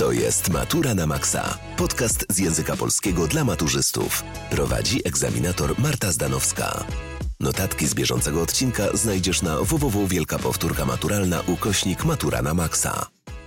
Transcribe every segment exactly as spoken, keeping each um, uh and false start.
To jest Matura na Maksa. Podcast z języka polskiego dla maturzystów. Prowadzi egzaminator Marta Zdanowska. Notatki z bieżącego odcinka znajdziesz na www wielka powtórka maturalna ukośnik Matura na Maksa.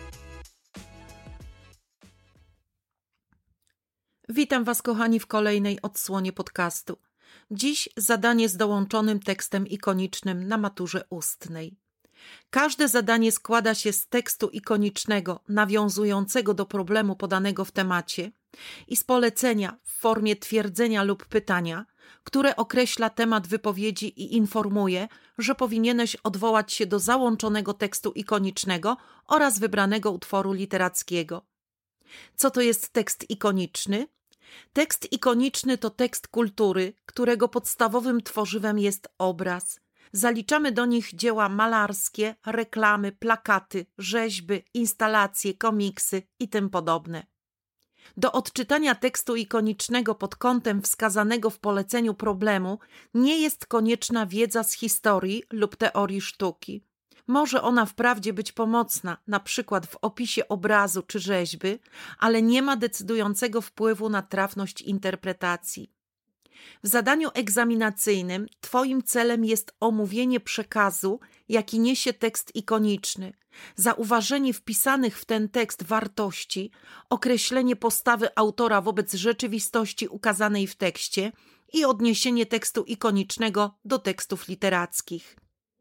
Witam Was, kochani, w kolejnej odsłonie podcastu. Dziś zadanie z dołączonym tekstem ikonicznym na maturze ustnej. Każde zadanie składa się z tekstu ikonicznego nawiązującego do problemu podanego w temacie i z polecenia w formie twierdzenia lub pytania, które określa temat wypowiedzi i informuje, że powinieneś odwołać się do załączonego tekstu ikonicznego oraz wybranego utworu literackiego. Co to jest tekst ikoniczny? Tekst ikoniczny to tekst kultury, którego podstawowym tworzywem jest obraz. Zaliczamy do nich dzieła malarskie, reklamy, plakaty, rzeźby, instalacje, komiksy i tym podobne. Do odczytania tekstu ikonicznego pod kątem wskazanego w poleceniu problemu nie jest konieczna wiedza z historii lub teorii sztuki. Może ona wprawdzie być pomocna, na przykład w opisie obrazu czy rzeźby, ale nie ma decydującego wpływu na trafność interpretacji. W zadaniu egzaminacyjnym Twoim celem jest omówienie przekazu, jaki niesie tekst ikoniczny, zauważenie wpisanych w ten tekst wartości, określenie postawy autora wobec rzeczywistości ukazanej w tekście i odniesienie tekstu ikonicznego do tekstów literackich.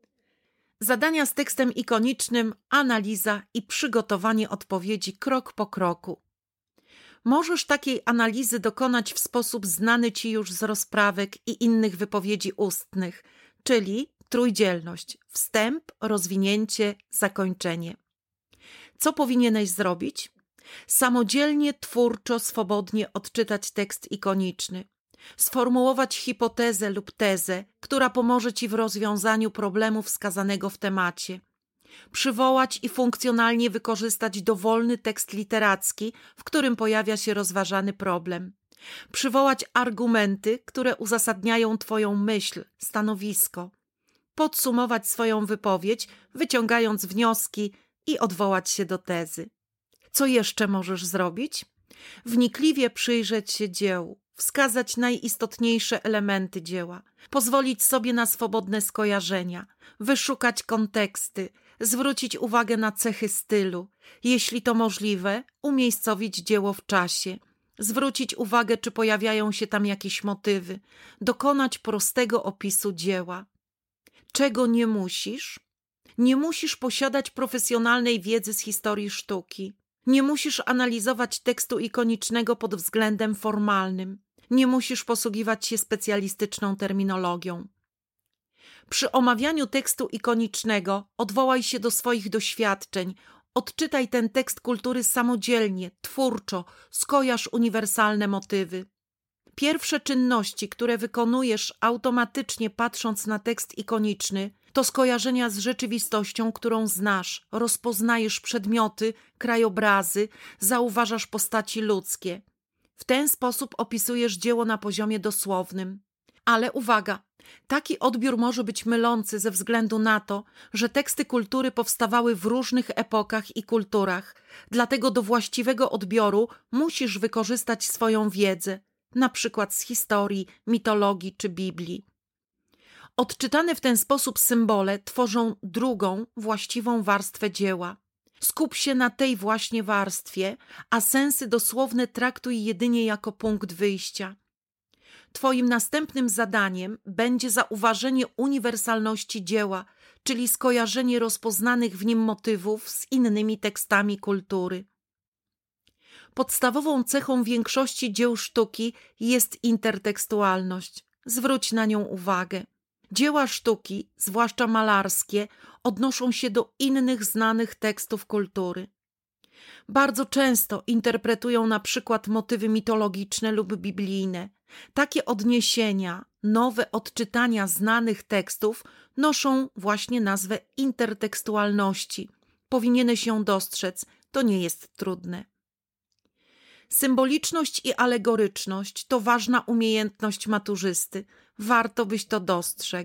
Zadania z tekstem ikonicznym, analiza i przygotowanie odpowiedzi krok po kroku. Możesz takiej analizy dokonać w sposób znany Ci już z rozprawek i innych wypowiedzi ustnych, czyli trójdzielność: wstęp, rozwinięcie, zakończenie. Co powinieneś zrobić? Samodzielnie, twórczo, swobodnie odczytać tekst ikoniczny. Sformułować hipotezę lub tezę, która pomoże Ci w rozwiązaniu problemu wskazanego w temacie. Przywołać i funkcjonalnie wykorzystać dowolny tekst literacki, w którym pojawia się rozważany problem. Przywołać argumenty, które uzasadniają Twoją myśl, stanowisko. Podsumować swoją wypowiedź, wyciągając wnioski i odwołać się do tezy. Co jeszcze możesz zrobić? Wnikliwie przyjrzeć się dziełu, wskazać najistotniejsze elementy dzieła, pozwolić sobie na swobodne skojarzenia, wyszukać konteksty, zwrócić uwagę na cechy stylu, jeśli to możliwe, umiejscowić dzieło w czasie, zwrócić uwagę, czy pojawiają się tam jakieś motywy, dokonać prostego opisu dzieła. Czego nie musisz? Nie musisz posiadać profesjonalnej wiedzy z historii sztuki. Nie musisz analizować tekstu ikonicznego pod względem formalnym. Nie musisz posługiwać się specjalistyczną terminologią. Przy omawianiu tekstu ikonicznego odwołaj się do swoich doświadczeń, odczytaj ten tekst kultury samodzielnie, twórczo, skojarz uniwersalne motywy. Pierwsze czynności, które wykonujesz automatycznie patrząc na tekst ikoniczny, to skojarzenia z rzeczywistością, którą znasz, rozpoznajesz przedmioty, krajobrazy, zauważasz postaci ludzkie. W ten sposób opisujesz dzieło na poziomie dosłownym. Ale uwaga, taki odbiór może być mylący ze względu na to, że teksty kultury powstawały w różnych epokach i kulturach, dlatego do właściwego odbioru musisz wykorzystać swoją wiedzę, na przykład z historii, mitologii czy Biblii. Odczytane w ten sposób symbole tworzą drugą, właściwą warstwę dzieła. Skup się na tej właśnie warstwie, a sensy dosłowne traktuj jedynie jako punkt wyjścia. Twoim następnym zadaniem będzie zauważenie uniwersalności dzieła, czyli skojarzenie rozpoznanych w nim motywów z innymi tekstami kultury. Podstawową cechą większości dzieł sztuki jest intertekstualność. Zwróć na nią uwagę. Dzieła sztuki, zwłaszcza malarskie, odnoszą się do innych znanych tekstów kultury. Bardzo często interpretują na przykład motywy mitologiczne lub biblijne. Takie odniesienia, nowe odczytania znanych tekstów noszą właśnie nazwę intertekstualności. Powinieneś ją dostrzec, to nie jest trudne. Symboliczność i alegoryczność to ważna umiejętność maturzysty. Warto byś to dostrzegł.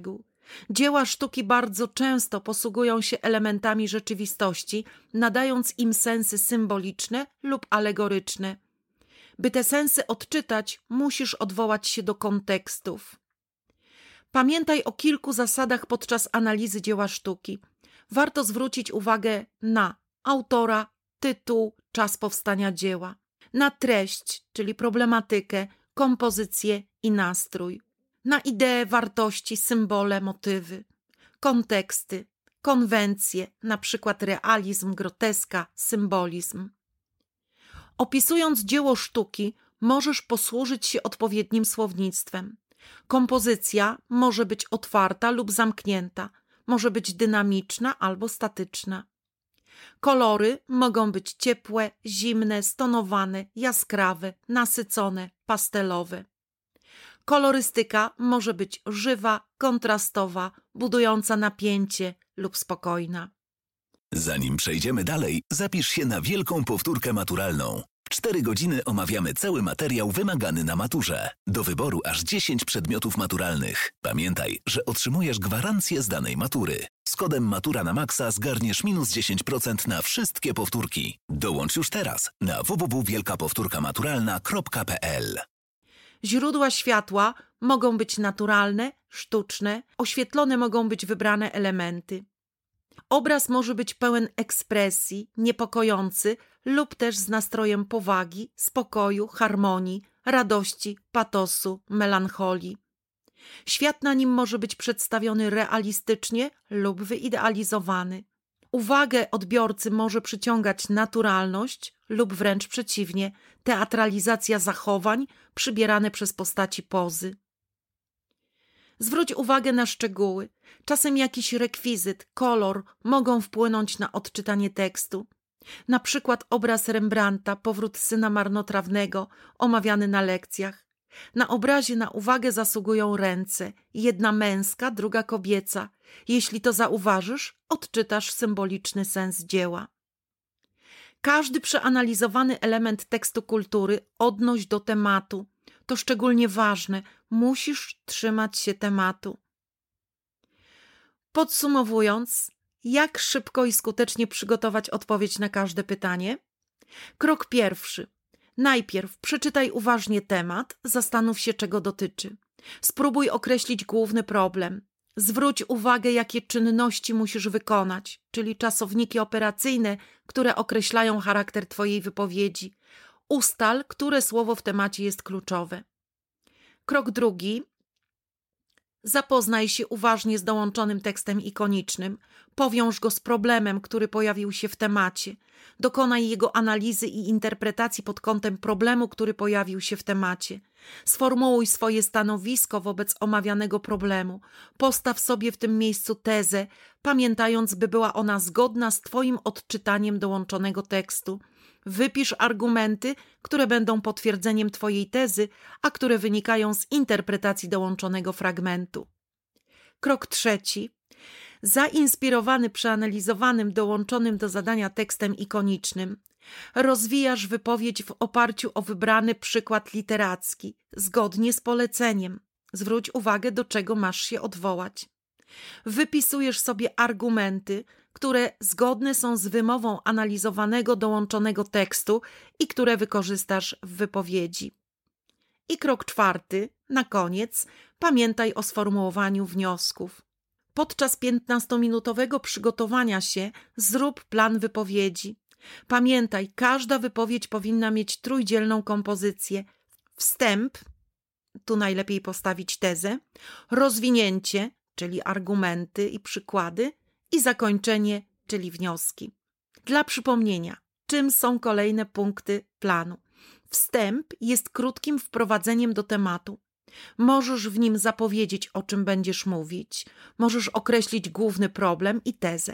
Dzieła sztuki bardzo często posługują się elementami rzeczywistości, nadając im sensy symboliczne lub alegoryczne. By te sensy odczytać, musisz odwołać się do kontekstów. Pamiętaj o kilku zasadach podczas analizy dzieła sztuki. Warto zwrócić uwagę na autora, tytuł, czas powstania dzieła, na treść, czyli problematykę, kompozycję i nastrój, na idee, wartości, symbole, motywy, konteksty, konwencje, na przykład realizm, groteska, symbolizm. Opisując dzieło sztuki, możesz posłużyć się odpowiednim słownictwem. Kompozycja może być otwarta lub zamknięta, może być dynamiczna albo statyczna. Kolory mogą być ciepłe, zimne, stonowane, jaskrawe, nasycone, pastelowe. Kolorystyka może być żywa, kontrastowa, budująca napięcie lub spokojna. Zanim przejdziemy dalej, zapisz się na wielką powtórkę maturalną. W cztery godziny omawiamy cały materiał wymagany na maturze. Do wyboru aż dziesięć przedmiotów maturalnych. Pamiętaj, że otrzymujesz gwarancję z danej matury. Z kodem Matura na Maxa zgarniesz minus dziesięć procent na wszystkie powtórki. Dołącz już teraz na w w w kropka wielka powtórka maturalna kropka p l. Źródła światła mogą być naturalne, sztuczne, oświetlone mogą być wybrane elementy. Obraz może być pełen ekspresji, niepokojący lub też z nastrojem powagi, spokoju, harmonii, radości, patosu, melancholii. Świat na nim może być przedstawiony realistycznie lub wyidealizowany. Uwagę odbiorcy może przyciągać naturalność lub wręcz przeciwnie, teatralizacja zachowań przybierane przez postaci pozy. Zwróć uwagę na szczegóły. Czasem jakiś rekwizyt, kolor mogą wpłynąć na odczytanie tekstu. Na przykład obraz Rembrandta Powrót syna marnotrawnego, omawiany na lekcjach. Na obrazie na uwagę zasługują ręce, jedna męska, druga kobieca. Jeśli to zauważysz, odczytasz symboliczny sens dzieła. Każdy przeanalizowany element tekstu kultury odnoś do tematu. To szczególnie ważne, musisz trzymać się tematu. Podsumowując, jak szybko i skutecznie przygotować odpowiedź na każde pytanie? Krok pierwszy. Najpierw przeczytaj uważnie temat, zastanów się, czego dotyczy. Spróbuj określić główny problem. Zwróć uwagę, jakie czynności musisz wykonać, czyli czasowniki operacyjne, które określają charakter twojej wypowiedzi. Ustal, które słowo w temacie jest kluczowe. Krok drugi. Zapoznaj się uważnie z dołączonym tekstem ikonicznym. Powiąż go z problemem, który pojawił się w temacie. Dokonaj jego analizy i interpretacji pod kątem problemu, który pojawił się w temacie. Sformułuj swoje stanowisko wobec omawianego problemu. Postaw sobie w tym miejscu tezę, pamiętając, by była ona zgodna z twoim odczytaniem dołączonego tekstu. Wypisz argumenty, które będą potwierdzeniem twojej tezy, a które wynikają z interpretacji dołączonego fragmentu. Krok trzeci. Zainspirowany przeanalizowanym, dołączonym do zadania tekstem ikonicznym, rozwijasz wypowiedź w oparciu o wybrany przykład literacki, zgodnie z poleceniem. Zwróć uwagę, do czego masz się odwołać. Wypisujesz sobie argumenty, które zgodne są z wymową analizowanego dołączonego tekstu i które wykorzystasz w wypowiedzi. I krok czwarty, na koniec, pamiętaj o sformułowaniu wniosków. Podczas piętnastominutowego przygotowania się zrób plan wypowiedzi. Pamiętaj, każda wypowiedź powinna mieć trójdzielną kompozycję. Wstęp, tu najlepiej postawić tezę, rozwinięcie, czyli argumenty i przykłady, i zakończenie, czyli wnioski. Dla przypomnienia, czym są kolejne punkty planu? Wstęp jest krótkim wprowadzeniem do tematu. Możesz w nim zapowiedzieć, o czym będziesz mówić, możesz określić główny problem i tezę.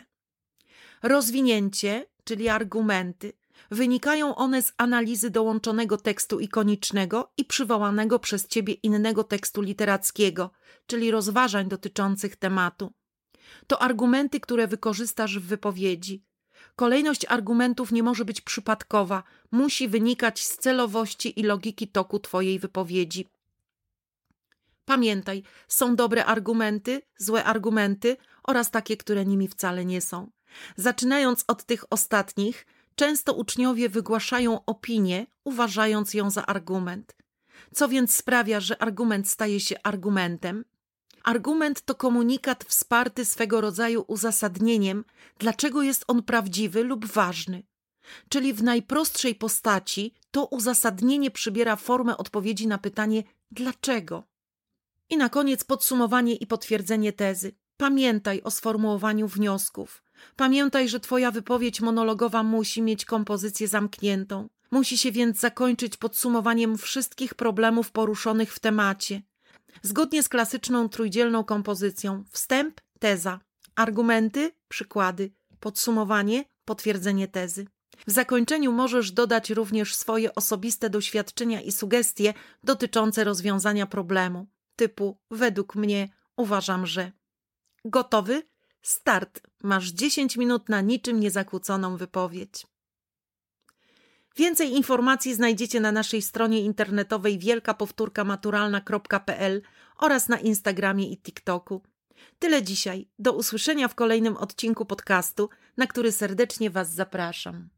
Rozwinięcie, czyli argumenty, wynikają one z analizy dołączonego tekstu ikonicznego i przywołanego przez ciebie innego tekstu literackiego, czyli rozważań dotyczących tematu. To argumenty, które wykorzystasz w wypowiedzi. Kolejność argumentów nie może być przypadkowa, musi wynikać z celowości i logiki toku twojej wypowiedzi. Pamiętaj, są dobre argumenty, złe argumenty oraz takie, które nimi wcale nie są. Zaczynając od tych ostatnich, często uczniowie wygłaszają opinię, uważając ją za argument. Co więc sprawia, że argument staje się argumentem? Argument to komunikat wsparty swego rodzaju uzasadnieniem, dlaczego jest on prawdziwy lub ważny. Czyli w najprostszej postaci to uzasadnienie przybiera formę odpowiedzi na pytanie dlaczego. I na koniec podsumowanie i potwierdzenie tezy. Pamiętaj o sformułowaniu wniosków. Pamiętaj, że twoja wypowiedź monologowa musi mieć kompozycję zamkniętą. Musi się więc zakończyć podsumowaniem wszystkich problemów poruszonych w temacie. Zgodnie z klasyczną trójdzielną kompozycją wstęp, teza, argumenty, przykłady, podsumowanie, potwierdzenie tezy. W zakończeniu możesz dodać również swoje osobiste doświadczenia i sugestie dotyczące rozwiązania problemu, typu według mnie, uważam, że. Gotowy? Start. Masz dziesięć minut na niczym niezakłóconą wypowiedź. Więcej informacji znajdziecie na naszej stronie internetowej wielka powtórka maturalna kropka p l oraz na Instagramie i TikToku. Tyle dzisiaj. Do usłyszenia w kolejnym odcinku podcastu, na który serdecznie Was zapraszam.